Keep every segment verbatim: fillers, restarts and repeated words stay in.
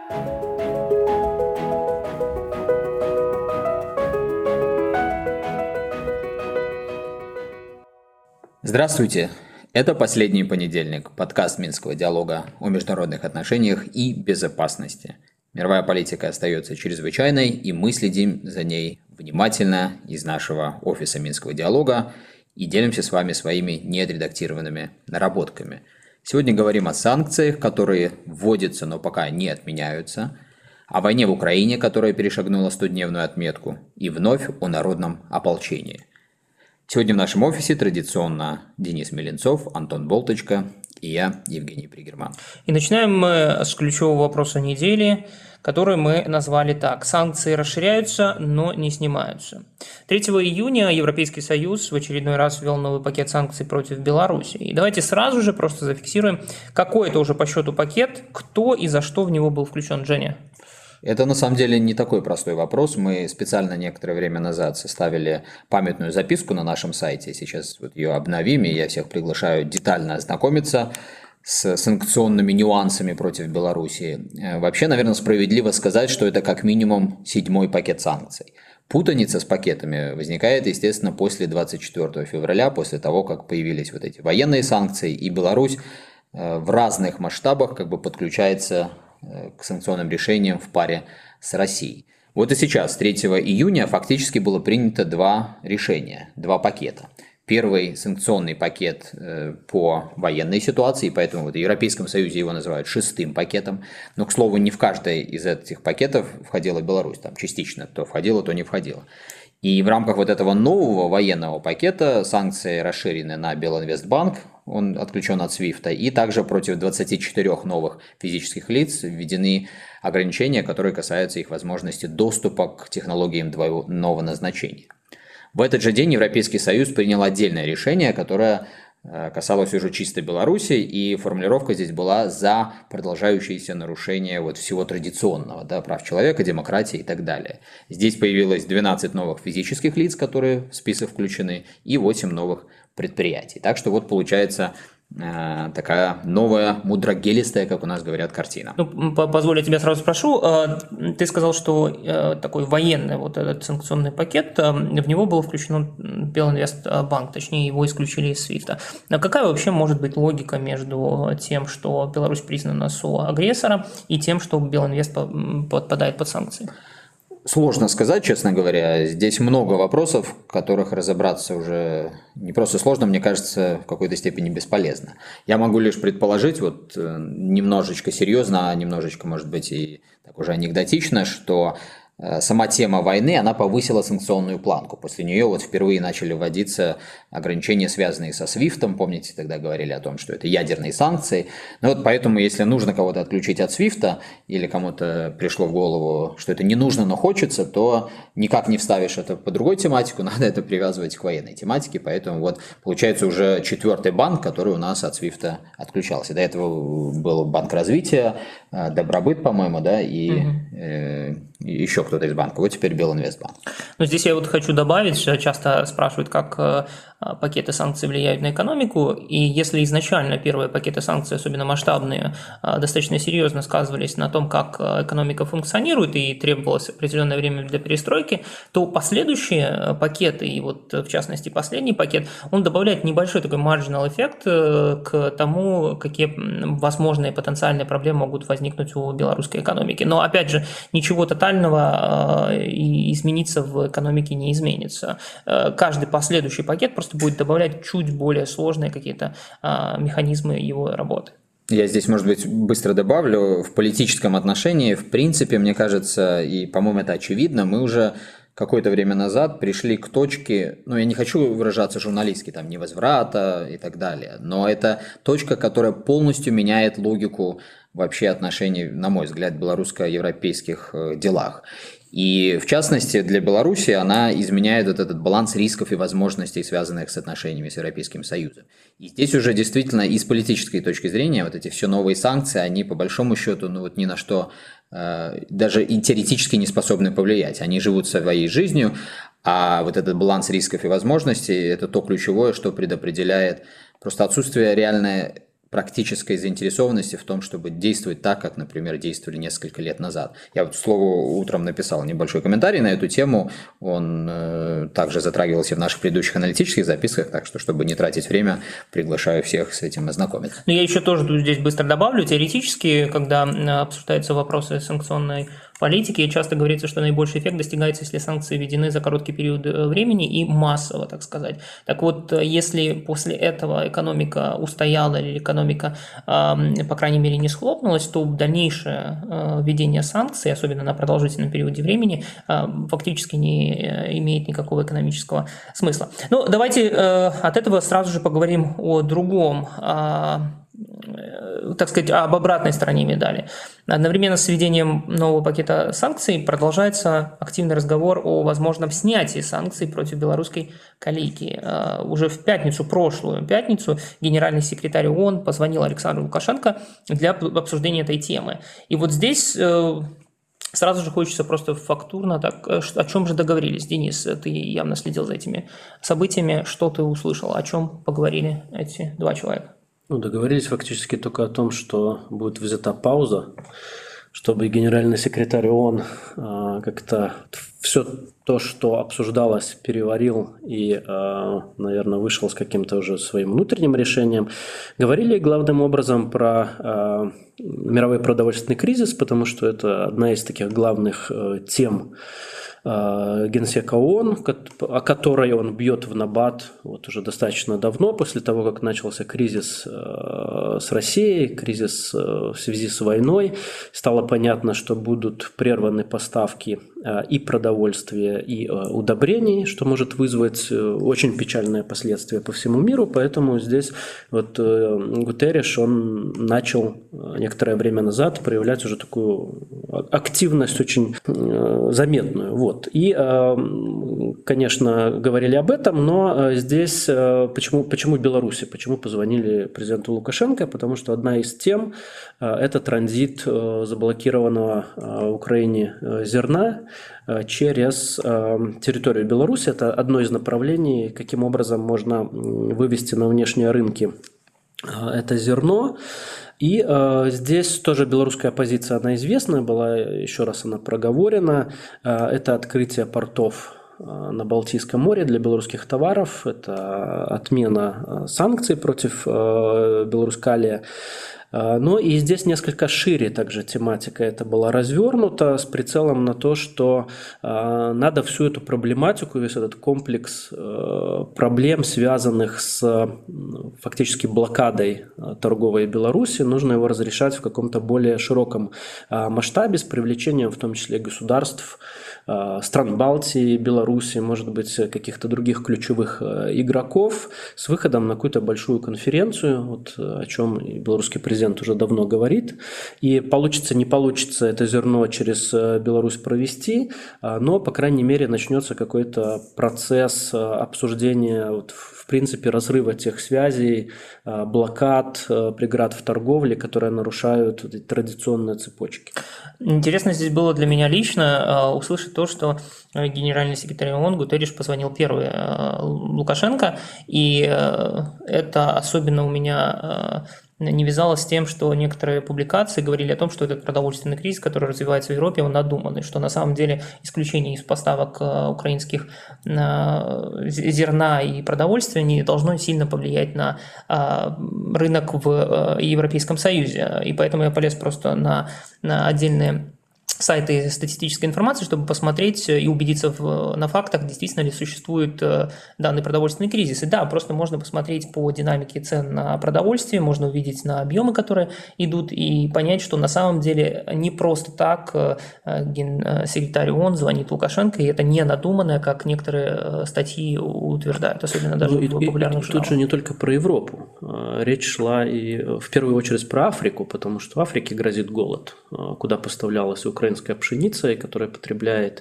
Здравствуйте! Это «Последний понедельник», подкаст Минского диалога о международных отношениях и безопасности. Мировая политика остается чрезвычайной, и мы следим за ней внимательно из нашего офиса Минского диалога и делимся с вами своими неотредактированными наработками. Сегодня говорим о санкциях, которые вводятся, но пока не отменяются, о войне в Украине, которая перешагнула стодневную отметку, и вновь о народном ополчении. Сегодня в нашем офисе традиционно Денис Меленцов, Антон Болточка и я, Евгений Пригерман. И начинаем мы с ключевого вопроса недели, который мы назвали так: санкции расширяются, но не снимаются. третьего июня Европейский Союз в очередной раз ввел новый пакет санкций против Беларуси. И давайте сразу же просто зафиксируем, какой это уже по счету пакет, кто и за что в него был включен. Женя? Это на самом деле не такой простой вопрос. Мы специально некоторое время назад составили памятную записку на нашем сайте. Сейчас вот ее обновим, и я всех приглашаю детально ознакомиться с санкционными нюансами против Беларуси. Вообще, наверное, справедливо сказать, что это как минимум седьмой пакет санкций. Путаница с пакетами возникает, естественно, после двадцать четвёртого февраля, после того, как появились вот эти военные санкции, и Беларусь в разных масштабах как бы подключается к санкционным решениям в паре с Россией. Вот и сейчас, третьего июня, фактически было принято два решения, два пакета. Первый санкционный пакет по военной ситуации, поэтому вот в Европейском Союзе его называют шестым пакетом. Но, к слову, не в каждый из этих пакетов входила Беларусь, там частично то входило, то не входило. И в рамках вот этого нового военного пакета санкции расширены на Белинвестбанк, он отключен от свифта, и также против двадцати четырёх новых физических лиц введены ограничения, которые касаются их возможности доступа к технологиям двойного назначения. В этот же день Европейский Союз принял отдельное решение, которое касалось уже чисто Беларуси, и формулировка здесь была за продолжающиеся нарушения вот всего традиционного, да, прав человека, демократии и так далее. Здесь появилось двенадцать новых физических лиц, которые в список включены, и восемь новых предприятий. Так что вот получается э, такая новая, мудрогелистая, как у нас говорят, картина. Ну, позволь, я тебя сразу спрошу. Ты сказал, что такой военный вот этот санкционный пакет, в него было включено Белинвестбанк, точнее его исключили из свифта. А какая вообще может быть логика между тем, что Беларусь признана соагрессором, и тем, что Белинвест подпадает под санкции? Сложно сказать, честно говоря. Здесь много вопросов, в которых разобраться уже не просто сложно, мне кажется, в какой-то степени бесполезно. Я могу лишь предположить, вот немножечко серьезно, а немножечко, может быть, и так уже анекдотично, что сама тема войны, она повысила санкционную планку. После нее вот впервые начали вводиться ограничения, связанные со свифтом. Помните, тогда говорили о том, что это ядерные санкции. Но вот поэтому, если нужно кого-то отключить от свифта, или кому-то пришло в голову, что это не нужно, но хочется, то никак не вставишь это по другой тематику, надо это привязывать к военной тематике. Поэтому вот получается уже четвертый банк, который у нас от свифта отключался. До этого был Банк развития, Добробыт, по-моему, да, и угу. э, еще кто-то из банка. Вот теперь Белинвестбанк. Ну, здесь я вот хочу добавить, часто спрашивают, как пакеты санкций влияют на экономику, и если изначально первые пакеты санкций, особенно масштабные, достаточно серьезно сказывались на том, как экономика функционирует и требовалось определенное время для перестройки, то последующие пакеты, и вот в частности последний пакет, он добавляет небольшой такой marginal эффект к тому, какие возможные потенциальные проблемы могут возникнуть у белорусской экономики. Но опять же, ничего тотального и измениться в экономике не изменится. Каждый последующий пакет просто будет добавлять чуть более сложные какие-то механизмы его работы. Я здесь, может быть, быстро добавлю. В политическом отношении, в принципе, мне кажется, и, по-моему, это очевидно, мы уже какое-то время назад пришли к точке, ну, я не хочу выражаться журналистски, там, невозврата и так далее, но это точка, которая полностью меняет логику вообще отношений, на мой взгляд, в белорусско-европейских делах. И в частности для Беларуси она изменяет вот этот баланс рисков и возможностей, связанных с отношениями с Европейским Союзом. И здесь уже действительно и с политической точки зрения вот эти все новые санкции, они по большому счету ну вот ни на что э, даже и теоретически не способны повлиять. Они живут своей жизнью, а вот этот баланс рисков и возможностей – это то ключевое, что предопределяет просто отсутствие реальной практической заинтересованности в том, чтобы действовать так, как, например, действовали несколько лет назад. Я вот, к слову, утром написал небольшой комментарий на эту тему, он э, также затрагивался в наших предыдущих аналитических записках, так что, чтобы не тратить время, приглашаю всех с этим ознакомиться. Ну, я еще тоже тут здесь быстро добавлю, теоретически, когда обсуждаются вопросы санкционной политики, часто говорится, что наибольший эффект достигается, если санкции введены за короткий период времени и массово, так сказать. Так вот, если после этого экономика устояла или экономика, по крайней мере, не схлопнулась, то дальнейшее введение санкций, особенно на продолжительном периоде времени, фактически не имеет никакого экономического смысла. Ну, давайте от этого сразу же поговорим о другом, так сказать, об обратной стороне медали. Одновременно с введением нового пакета санкций продолжается активный разговор о возможном снятии санкций против белорусской коллеги. Уже в пятницу, прошлую пятницу, генеральный секретарь ООН позвонил Александру Лукашенко для обсуждения этой темы. И вот здесь сразу же хочется просто фактурно, так, о чем же договорились? Денис, ты явно следил за этими событиями, что ты услышал, о чем поговорили эти два человека? Ну, договорились фактически только о том, что будет взята пауза, чтобы генеральный секретарь ООН э, как-то все то, что обсуждалось, переварил и, э, наверное, вышел с каким-то уже своим внутренним решением. Говорили главным образом про э, мировой продовольственный кризис, потому что это одна из таких главных э, тем Генсека ООН, о которой он бьет в набат вот уже достаточно давно, после того, как начался кризис с Россией, кризис в связи с войной. Стало понятно, что будут прерваны поставки и продовольствия, и удобрений, что может вызвать очень печальные последствия по всему миру. Поэтому здесь вот Гутерриш, он начал некоторое время назад проявлять уже такую активность очень заметную. Вот. И, конечно, говорили об этом, но здесь почему, почему Беларуси, почему позвонили президенту Лукашенко? Потому что одна из тем – это транзит заблокированного в Украине зерна через территорию Беларуси. Это одно из направлений, каким образом можно вывести на внешние рынки это зерно. И э, здесь тоже белорусская позиция, она известная была, еще раз она проговорена. Э, это открытие портов э, на Балтийском море для белорусских товаров, это отмена э, санкций против э, Беларуськалия. Но и здесь несколько шире также тематика эта была развернута с прицелом на то, что э, надо всю эту проблематику, весь этот комплекс э, проблем, связанных с э, фактически блокадой э, торговой Беларуси, нужно его разрешать в каком-то более широком э, масштабе с привлечением в том числе государств, э, стран Балтии, Беларуси, может быть, каких-то других ключевых э, игроков с выходом на какую-то большую конференцию, вот, о чем белорусский президент Президент уже давно говорит, и получится, не получится это зерно через Беларусь провести, но, по крайней мере, начнется какой-то процесс обсуждения, вот, в принципе, разрыва тех связей, блокад, преград в торговле, которые нарушают эти традиционные цепочки. Интересно здесь было для меня лично услышать то, что генеральный секретарь ООН Гутерриш позвонил первый Лукашенко, и это особенно у меня не вязалось с тем, что некоторые публикации говорили о том, что этот продовольственный кризис, который развивается в Европе, он надуманный, что на самом деле исключение из поставок украинских зерна и продовольствия не должно сильно повлиять на рынок в Европейском Союзе. И поэтому я полез просто на, на отдельные сайты статистической информации, чтобы посмотреть и убедиться в, на фактах, действительно ли существует данный продовольственный кризис. И да, просто можно посмотреть по динамике цен на продовольствие, можно увидеть на объемы, которые идут, и понять, что на самом деле не просто так генсекретарь ООН звонит Лукашенко, и это не надуманное, как некоторые статьи утверждают, особенно даже ну, в популярных журналах. Тут же не только про Европу. Речь шла и в первую очередь про Африку, потому что в Африке грозит голод, куда поставлялась Украина украинская пшеница, которая потребляет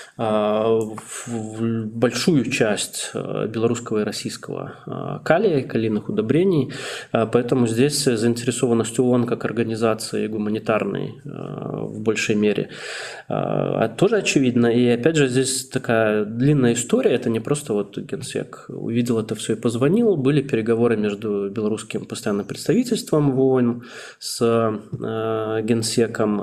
большую часть белорусского и российского калия и калийных удобрений. Поэтому здесь заинтересованность ООН как организации гуманитарной в большей мере. А, тоже очевидно. И опять же, здесь такая длинная история. Это не просто вот Генсек увидел это все и позвонил. Были переговоры между белорусским постоянным представительством в ООН с э, Генсеком.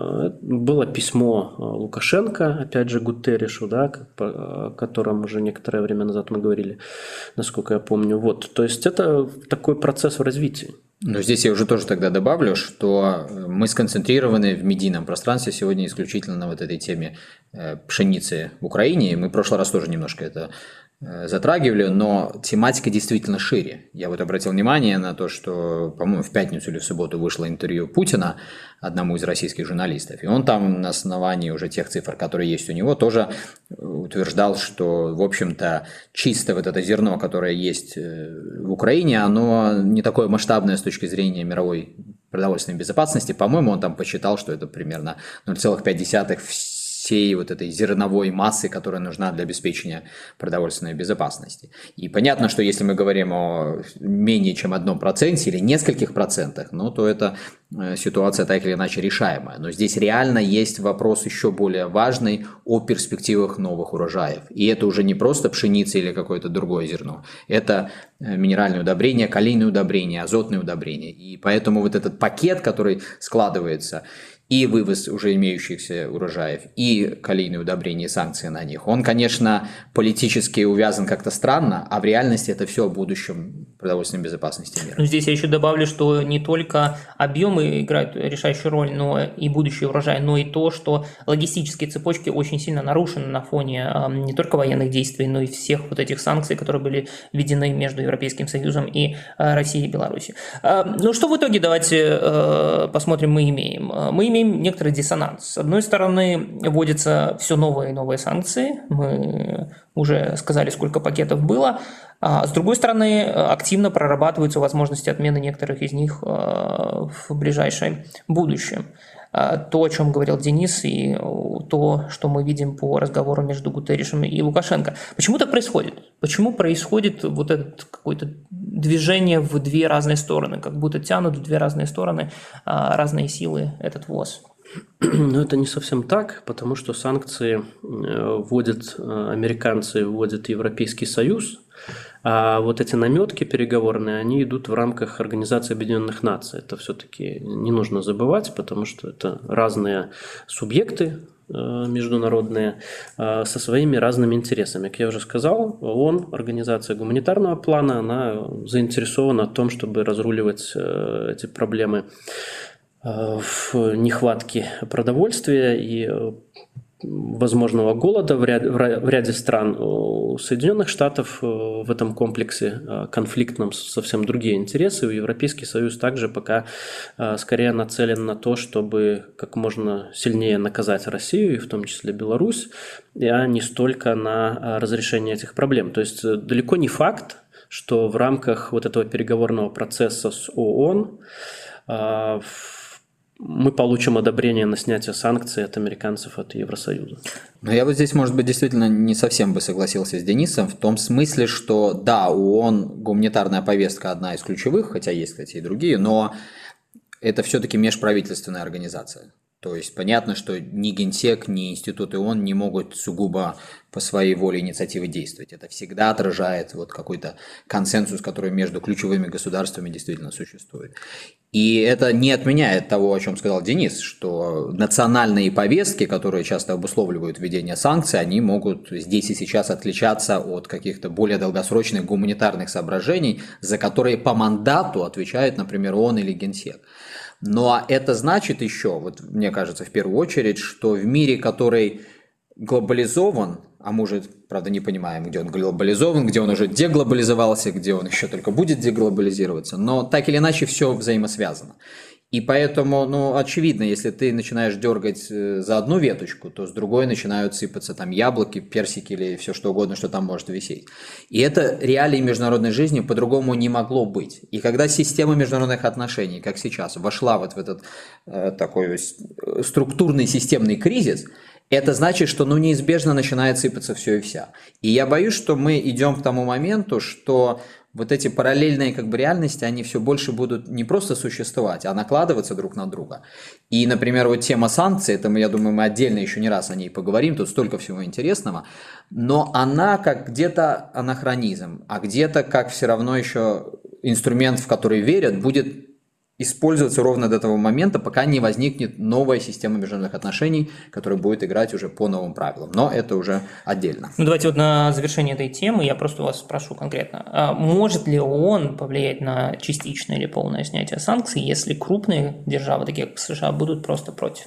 Было письмо Лукашенко, опять же, Гутерришу, да, о котором уже некоторое время назад мы говорили, насколько я помню. Вот. То есть это такой процесс в развитии. Но здесь я уже тоже тогда добавлю, что мы сконцентрированы в медийном пространстве сегодня исключительно на вот этой теме пшеницы в Украине. Мы в прошлый раз тоже немножко это затрагивали, но тематика действительно шире. Я вот обратил внимание на то, что, по-моему, в пятницу или в субботу вышло интервью Путина одному из российских журналистов, и он там на основании уже тех цифр, которые есть у него, тоже утверждал, что, в общем-то, чисто вот это зерно, которое есть в Украине, оно не такое масштабное с точки зрения мировой продовольственной безопасности. По-моему, он там посчитал, что это примерно ноль целых пять десятых всей вот этой зерновой массы, которая нужна для обеспечения продовольственной безопасности. И понятно, что если мы говорим о менее чем одном проценте или нескольких процентах, ну, то это ситуация так или иначе решаемая. Но здесь реально есть вопрос еще более важный о перспективах новых урожаев. И это уже не просто пшеница или какое-то другое зерно. Это минеральные удобрения, калийные удобрения, азотные удобрения. И поэтому вот этот пакет, который складывается, и вывоз уже имеющихся урожаев, и калийные удобрения, и санкции на них, он, конечно, политически увязан как-то странно, а в реальности это все о будущем продовольственной безопасности мира. Но здесь я еще добавлю, что не только объемы играют решающую роль, но и будущий урожай, но и то, что логистические цепочки очень сильно нарушены на фоне не только военных действий, но и всех вот этих санкций, которые были введены между Европейским Союзом и Россией и Беларусью. Ну что в итоге, давайте посмотрим, мы имеем. Мы имеем некоторый диссонанс. С одной стороны, вводятся все новые и новые санкции. Мы уже сказали, сколько пакетов было. А с другой стороны, активно прорабатываются возможности отмены некоторых из них в ближайшем будущем. То, о чем говорил Денис, и то, что мы видим по разговору между Гутерришем и Лукашенко. Почему так происходит? Почему происходит вот это какое-то движение в две разные стороны, как будто тянут в две разные стороны разные силы этот ВОЗ? Ну, это не совсем так, потому что санкции вводят американцы, вводит Европейский Союз, а вот эти наметки переговорные, они идут в рамках Организации Объединенных Наций. Это все-таки не нужно забывать, потому что это разные субъекты международные со своими разными интересами. Как я уже сказал, ООН, Организация гуманитарного плана, она заинтересована в том, чтобы разруливать эти проблемы в нехватке продовольствия и возможного голода в ряде, в ряде стран. У Соединенных Штатов в этом комплексе конфликтном совсем другие интересы. У Европейский Союз также пока скорее нацелен на то, чтобы как можно сильнее наказать Россию, и в том числе Беларусь, а не столько на разрешение этих проблем. То есть далеко не факт, что в рамках вот этого переговорного процесса с ООН мы получим одобрение на снятие санкций от американцев, от Евросоюза. Но я вот здесь, может быть, действительно не совсем бы согласился с Денисом, в том смысле, что да, у ООН гуманитарная повестка одна из ключевых, хотя есть, кстати, и другие, но это все-таки межправительственная организация. То есть понятно, что ни Генсек, ни институты ООН не могут сугубо по своей воле инициативы действовать. Это всегда отражает вот какой-то консенсус, который между ключевыми государствами действительно существует. И это не отменяет того, о чем сказал Денис, что национальные повестки, которые часто обусловливают введение санкций, они могут здесь и сейчас отличаться от каких-то более долгосрочных гуманитарных соображений, за которые по мандату отвечает, например, ООН или Генсек. Но это значит еще, вот мне кажется, в первую очередь, что в мире, который глобализован, а мы уже, правда, не понимаем, где он глобализован, где он уже деглобализовался, где он еще только будет деглобализироваться, но так или иначе все взаимосвязано. И поэтому, ну, очевидно, если ты начинаешь дергать за одну веточку, то с другой начинают сыпаться там яблоки, персики или все что угодно, что там может висеть. И это реалии международной жизни по-другому не могло быть. И когда система международных отношений, как сейчас, вошла вот в этот э, такой структурный системный кризис, это значит, что ну, неизбежно начинает сыпаться все и вся. И я боюсь, что мы идем к тому моменту, что вот эти параллельные как бы реальности, они все больше будут не просто существовать, а накладываться друг на друга. И, например, вот тема санкций, это мы, я думаю, мы отдельно еще не раз о ней поговорим, тут столько всего интересного, но она как где-то анахронизм, а где-то как все равно еще инструмент, в который верят, будет использоваться ровно до того момента, пока не возникнет новая система международных отношений, которая будет играть уже по новым правилам. Но это уже отдельно. Ну, давайте вот на завершение этой темы я просто вас спрошу конкретно. А может ли ООН повлиять на частичное или полное снятие санкций, если крупные державы, такие как США, будут просто против?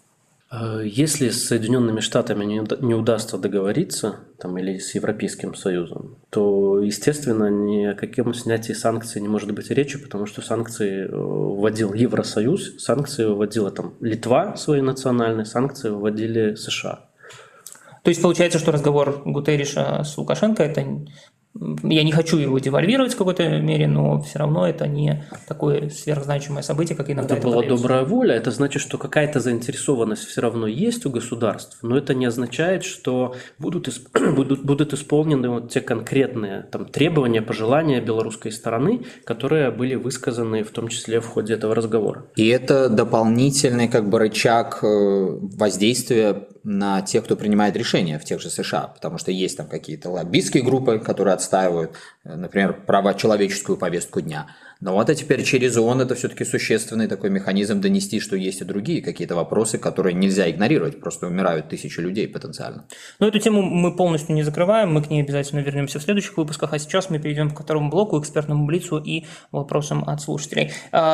Если с Соединенными Штатами не удастся договориться, там, или с Европейским Союзом, то, естественно, ни о каком снятии санкций не может быть речи, потому что санкции вводил Евросоюз, санкции вводила там Литва свои национальные, санкции вводили США. То есть получается, что разговор Гутерриша с Лукашенко – это… Я не хочу его девальвировать в какой-то мере, но все равно это не такое сверхзначимое событие, как иногда это, это была подается. Добрая воля, это значит, что какая-то заинтересованность все равно есть у государств, но это не означает, что будут, исп... будут, будут исполнены вот те конкретные там, требования, пожелания белорусской стороны, которые были высказаны в том числе в ходе этого разговора. И это дополнительный как бы рычаг воздействия на тех, кто принимает решения в тех же США, потому что есть там какие-то лоббистские группы, которые отстаивают, например, право человеческую повестку дня. Но вот а теперь через ООН это все-таки существенный такой механизм донести, что есть и другие какие-то вопросы, которые нельзя игнорировать, просто умирают тысячи людей потенциально. Но эту тему мы полностью не закрываем, мы к ней обязательно вернемся в следующих выпусках, а сейчас мы перейдем ко второму блоку, экспертному блицу и вопросам от слушателей.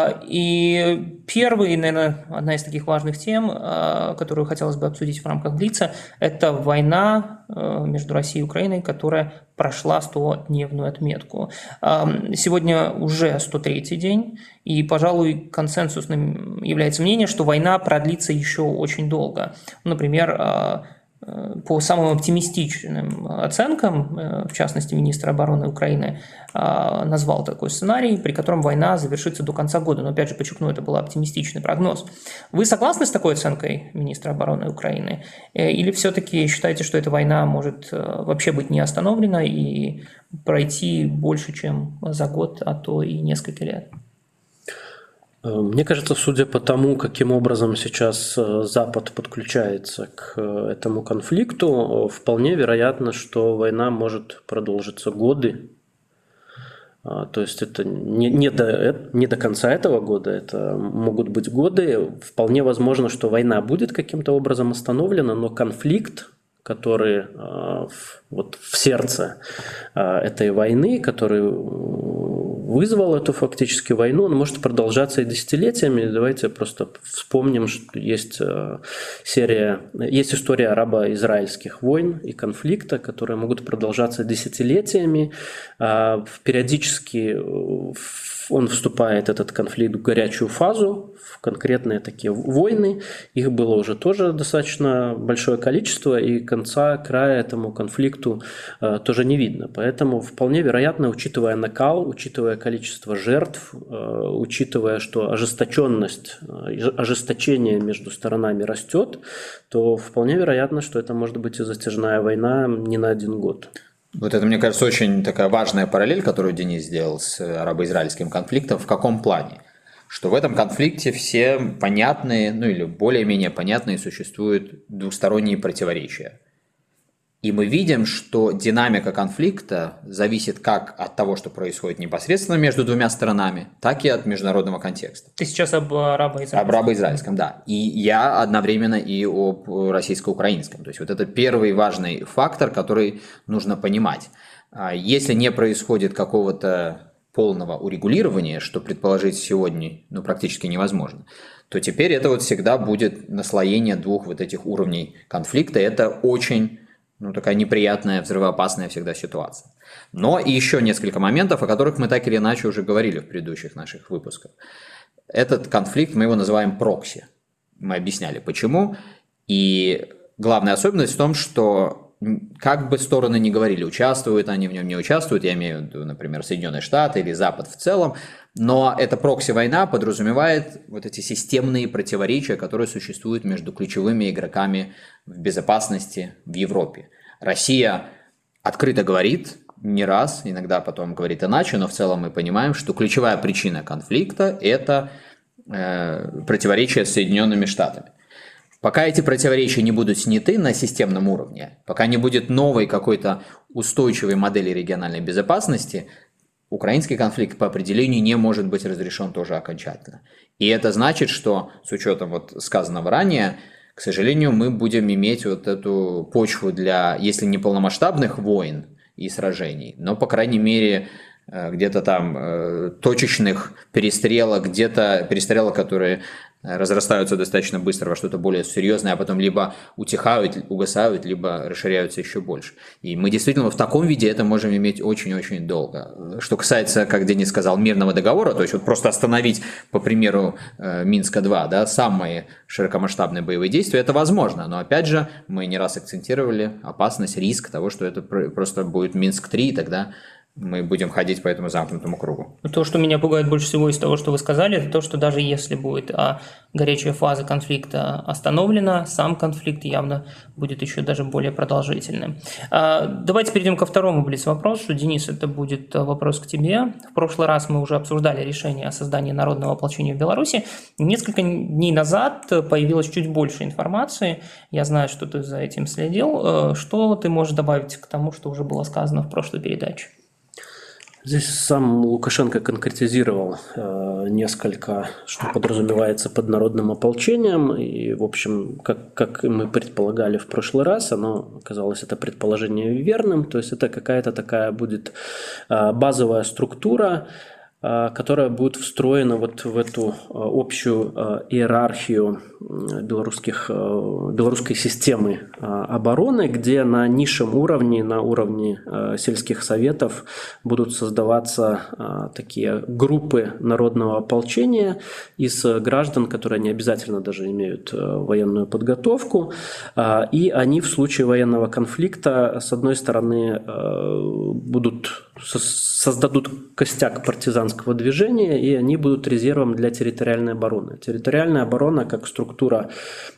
И первый, наверное, одна из таких важных тем, которую хотелось бы обсудить в рамках блица, это война между Россией и Украиной, которая прошла стодневную отметку. Сегодня уже сто третий день, и, пожалуй, консенсусным является мнение, что война продлится еще очень долго. Например, по самым оптимистичным оценкам, в частности, министр обороны Украины назвал такой сценарий, при котором война завершится до конца года. Но, опять же, подчеркну, это был оптимистичный прогноз. Вы согласны с такой оценкой министра обороны Украины? Или все-таки считаете, что эта война может вообще быть не остановлена и пройти больше, чем за год, а то и несколько лет? Мне кажется, судя по тому, каким образом сейчас Запад подключается к этому конфликту, вполне вероятно, что война может продолжиться годы. То есть это не, не, до, не до конца этого года, это могут быть годы. Вполне возможно, что война будет каким-то образом остановлена, но конфликт, который вот в сердце этой войны, который вызвал эту фактически войну, он может продолжаться и десятилетиями. Давайте просто вспомним, что есть серия, есть история арабо-израильских войн и конфликта, которые могут продолжаться десятилетиями. Периодически он вступает, этот конфликт, в горячую фазу, в конкретные такие войны. Их было уже тоже достаточно большое количество, и конца, края этому конфликту э, тоже не видно. Поэтому вполне вероятно, учитывая накал, учитывая количество жертв, э, учитывая, что ожесточенность, э, ожесточение между сторонами растет, то вполне вероятно, что это может быть и затяжная война не на один год. Вот это, мне кажется, очень такая важная параллель, которую Денис сделал с арабо-израильским конфликтом. В каком плане? Что в этом конфликте все понятные, ну или более-менее понятные существуют двусторонние противоречия. И мы видим, что динамика конфликта зависит как от того, что происходит непосредственно между двумя сторонами, так и от международного контекста. Ты сейчас об арабо-израильском? Об арабо-израильском, да. И я одновременно и об российско-украинском. То есть вот это первый важный фактор, который нужно понимать. Если не происходит какого-то полного урегулирования, что предположить сегодня ну, практически невозможно, то теперь это вот всегда будет наслоение двух вот этих уровней конфликта. Это очень... Ну, такая неприятная, взрывоопасная всегда ситуация. Но и еще несколько моментов, о которых мы так или иначе уже говорили в предыдущих наших выпусках. Этот конфликт, мы его называем прокси. Мы объясняли, почему. И главная особенность в том, что как бы стороны ни говорили, участвуют они в нем, не участвуют, я имею в виду, например, Соединенные Штаты или Запад в целом, но эта прокси-война подразумевает вот эти системные противоречия, которые существуют между ключевыми игроками в безопасности в Европе. Россия открыто говорит, не раз, иногда потом говорит иначе, но в целом мы понимаем, что ключевая причина конфликта – это э, противоречия с Соединенными Штатами. Пока эти противоречия не будут сняты на системном уровне, пока не будет новой какой-то устойчивой модели региональной безопасности, украинский конфликт по определению не может быть разрешен тоже окончательно. И это значит, что с учетом вот сказанного ранее, к сожалению, мы будем иметь вот эту почву для, если не полномасштабных войн и сражений, но, по крайней мере, где-то там точечных перестрелок, где-то перестрелок, которые разрастаются достаточно быстро во что-то более серьезное, а потом либо утихают, угасают, либо расширяются еще больше. И мы действительно в таком виде это можем иметь очень-очень долго. Что касается, как Денис сказал, мирного договора, то есть вот просто остановить, по примеру, Минска-два, да, самые широкомасштабные боевые действия, это возможно. Но опять же, мы не раз акцентировали опасность, риск того, что это просто будет Минск-три, и тогда мы будем ходить по этому замкнутому кругу. То, что меня пугает больше всего из того, что вы сказали, это то, что даже если будет а, горячая фаза конфликта остановлена, сам конфликт явно будет еще даже более продолжительным. А, давайте перейдем ко второму блиц-вопросу. Денис, это будет вопрос к тебе. В прошлый раз мы уже обсуждали решение о создании народного ополчения в Беларуси. Несколько дней назад появилось чуть больше информации. Я знаю, что ты за этим следил. Что ты можешь добавить к тому, что уже было сказано в прошлой передаче? Здесь сам Лукашенко конкретизировал э, несколько, что подразумевается под народным ополчением. И, в общем, как, как мы предполагали в прошлый раз, оно оказалось это предположение верным. То есть это какая-то такая будет э, базовая структура, э, которая будет встроена вот в эту э, общую э, иерархию белорусских, э, белорусской системы э, обороны, где на низшем уровне, на уровне э, сельских советов будут создаваться э, такие группы народного ополчения из граждан, которые не обязательно даже имеют э, военную подготовку, э, и они в случае военного конфликта, с одной стороны, э, будут создадут костяк партизанского движения, и они будут резервом для территориальной обороны. Территориальная оборона как структура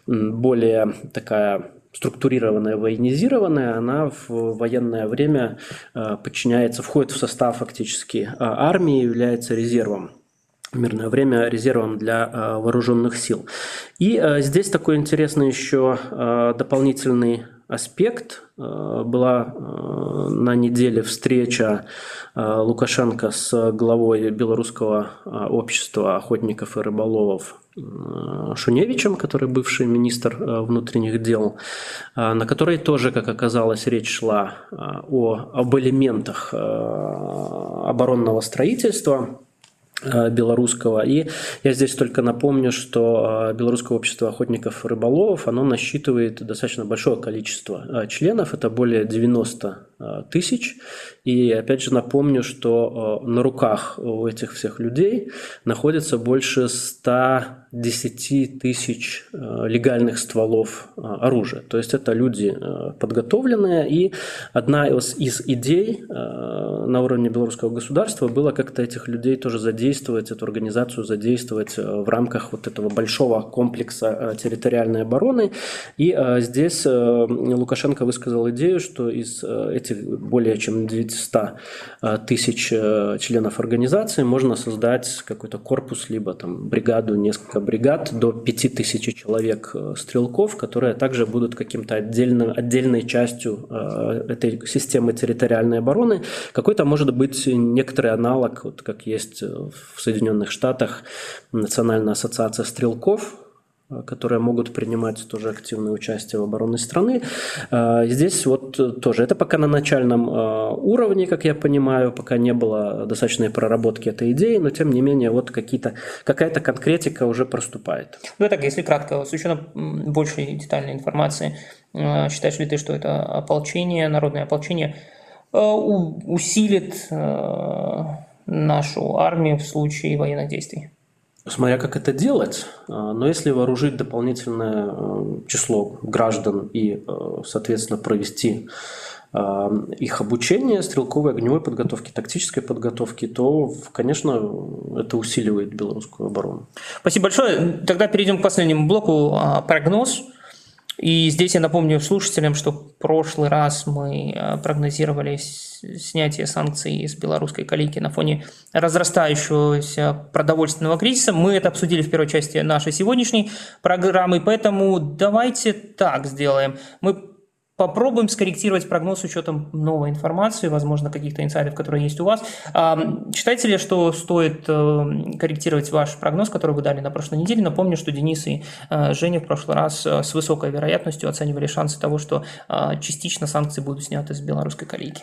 более такая структурированная, военизированная, она в военное время подчиняется, входит в состав фактически армии, является резервом. В мирное время резервом для э, вооруженных сил. И э, здесь такой интересный еще э, дополнительный аспект. Э, была э, на неделе встреча э, Лукашенко с главой белорусского э, общества охотников и рыболовов э, Шуневичем, который бывший министр э, внутренних дел, э, на которой тоже, как оказалось, речь шла э, о, об элементах э, оборонного строительства белорусского. И я здесь только напомню, что Белорусское общество охотников и рыболовов, оно насчитывает достаточно большое количество членов, это более девяносто тысяч. И опять же напомню, что на руках у этих всех людей находится больше ста десяти тысяч легальных стволов оружия. То есть это люди подготовленные. И одна из, из идей на уровне белорусского государства была как-то этих людей тоже задействовать, эту организацию задействовать в рамках вот этого большого комплекса территориальной обороны. И здесь Лукашенко высказал идею, что из этих более чем девятисот тысяч членов организации можно создать какой-то корпус, либо там бригаду, несколько бригад, до пяти тысяч человек стрелков, которые также будут каким-то отдельным, отдельной частью этой системы территориальной обороны. Какой-то может быть некоторый аналог, вот как есть в Соединенных Штатах Национальная ассоциация стрелков, которые могут принимать тоже активное участие в обороне страны. Здесь вот тоже, это пока на начальном уровне, как я понимаю, пока не было достаточной проработки этой идеи, но тем не менее вот какие-то, какая-то конкретика уже проступает. Ну так, если кратко, с учетом большей детальной информации, считаешь ли ты, что это ополчение, народное ополчение усилит нашу армию в случае военных действий? Смотря как это делать, но если вооружить дополнительное число граждан и, соответственно, провести их обучение стрелковой, огневой подготовки, тактической подготовки, то, конечно, это усиливает белорусскую оборону. Спасибо большое. Тогда перейдем к последнему блоку. Прогноз. И здесь я напомню слушателям, что в прошлый раз мы прогнозировали снятие санкций с белорусской колейки на фоне разрастающегося продовольственного кризиса. Мы это обсудили в первой части нашей сегодняшней программы, поэтому давайте так сделаем. Мы попробуем скорректировать прогноз с учетом новой информации, возможно, каких-то инсайдов, которые есть у вас. Считаете ли, что стоит корректировать ваш прогноз, который вы дали на прошлой неделе? Напомню, что Денис и Женя в прошлый раз с высокой вероятностью оценивали шансы того, что частично санкции будут сняты с белорусской колейки.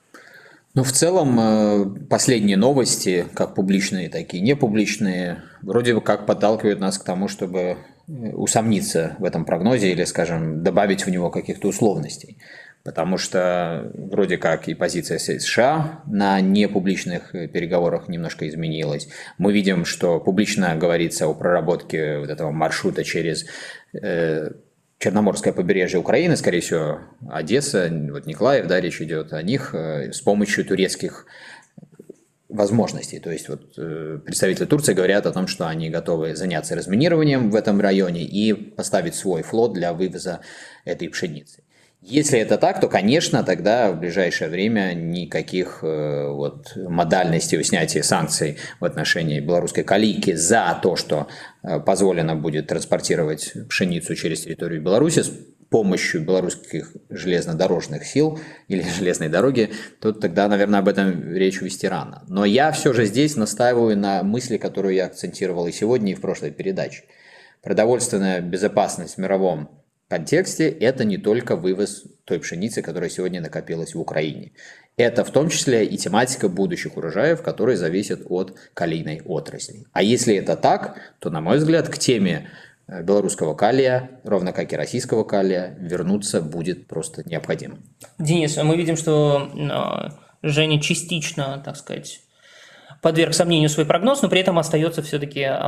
Ну, в целом, последние новости, как публичные, так и непубличные, вроде бы как подталкивают нас к тому, чтобы усомниться в этом прогнозе или, скажем, добавить в него каких-то условностей. Потому что вроде как и позиция США на непубличных переговорах немножко изменилась. Мы видим, что публично говорится о проработке вот этого маршрута через э, Черноморское побережье Украины, скорее всего, Одесса, вот Николаев, да, речь идет о них, э, с помощью турецких возможностей. То есть вот э, представители Турции говорят о том, что они готовы заняться разминированием в этом районе и поставить свой флот для вывоза этой пшеницы. Если это так, то, конечно, тогда в ближайшее время никаких э, вот, модальностей снятия санкций в отношении белорусской колейки за то, что э, позволено будет транспортировать пшеницу через территорию Беларуси с помощью белорусских железнодорожных сил или железной дороги, то тогда, наверное, об этом речь вести рано. Но я все же здесь настаиваю на мысли, которую я акцентировал и сегодня, и в прошлой передаче. Продовольственная безопасность в мировом контексте – это не только вывоз той пшеницы, которая сегодня накопилась в Украине. Это в том числе и тематика будущих урожаев, которые зависят от колейной отрасли. А если это так, то, на мой взгляд, к теме белорусского калия, ровно как и российского калия, вернуться будет просто необходимо. Денис, мы видим, что Женя частично, так сказать, подверг сомнению свой прогноз, но при этом остается все-таки э,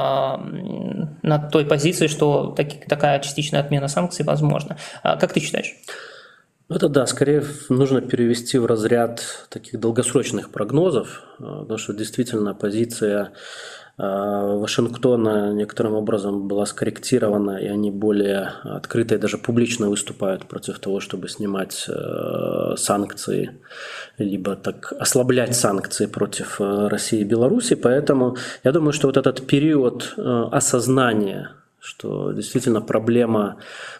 на той позиции, что таки, такая частичная отмена санкций возможна. А как ты считаешь? Это да, скорее нужно перевести в разряд таких долгосрочных прогнозов, потому что действительно позиция Вашингтона некоторым образом была скорректирована, и они более открыто и даже публично выступают против того, чтобы снимать санкции, либо так ослаблять санкции против России и Беларуси. Поэтому я думаю, что вот этот период осознания, что действительно проблема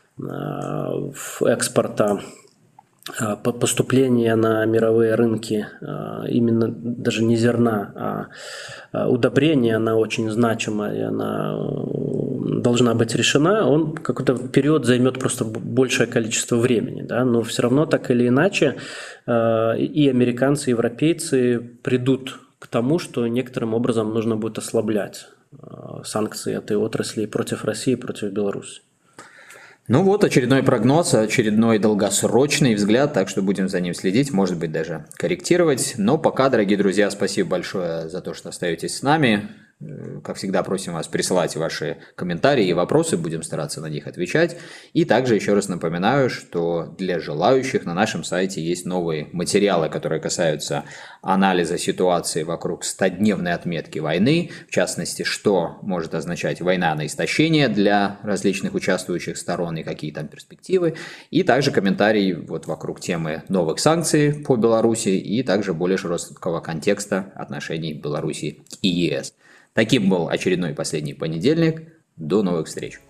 экспорта, поступление на мировые рынки именно даже не зерна, а удобрения, она очень значима, и она должна быть решена, он какой-то период займет просто большее количество времени, да? Но все равно так или иначе и американцы, и европейцы придут к тому, что некоторым образом нужно будет ослаблять санкции этой отрасли против России, против Беларуси. Ну вот, очередной прогноз, очередной долгосрочный взгляд, так что будем за ним следить, может быть, даже корректировать. Но пока, дорогие друзья, спасибо большое за то, что остаетесь с нами. Как всегда, просим вас присылать ваши комментарии и вопросы, будем стараться на них отвечать. И также еще раз напоминаю, что для желающих на нашем сайте есть новые материалы, которые касаются анализа ситуации вокруг стодневной отметки войны, в частности, что может означать война на истощение для различных участвующих сторон и какие там перспективы, и также комментарии вот вокруг темы новых санкций по Беларуси и также более широкого контекста отношений Беларуси и ЕС. Таким был очередной последний понедельник. До новых встреч!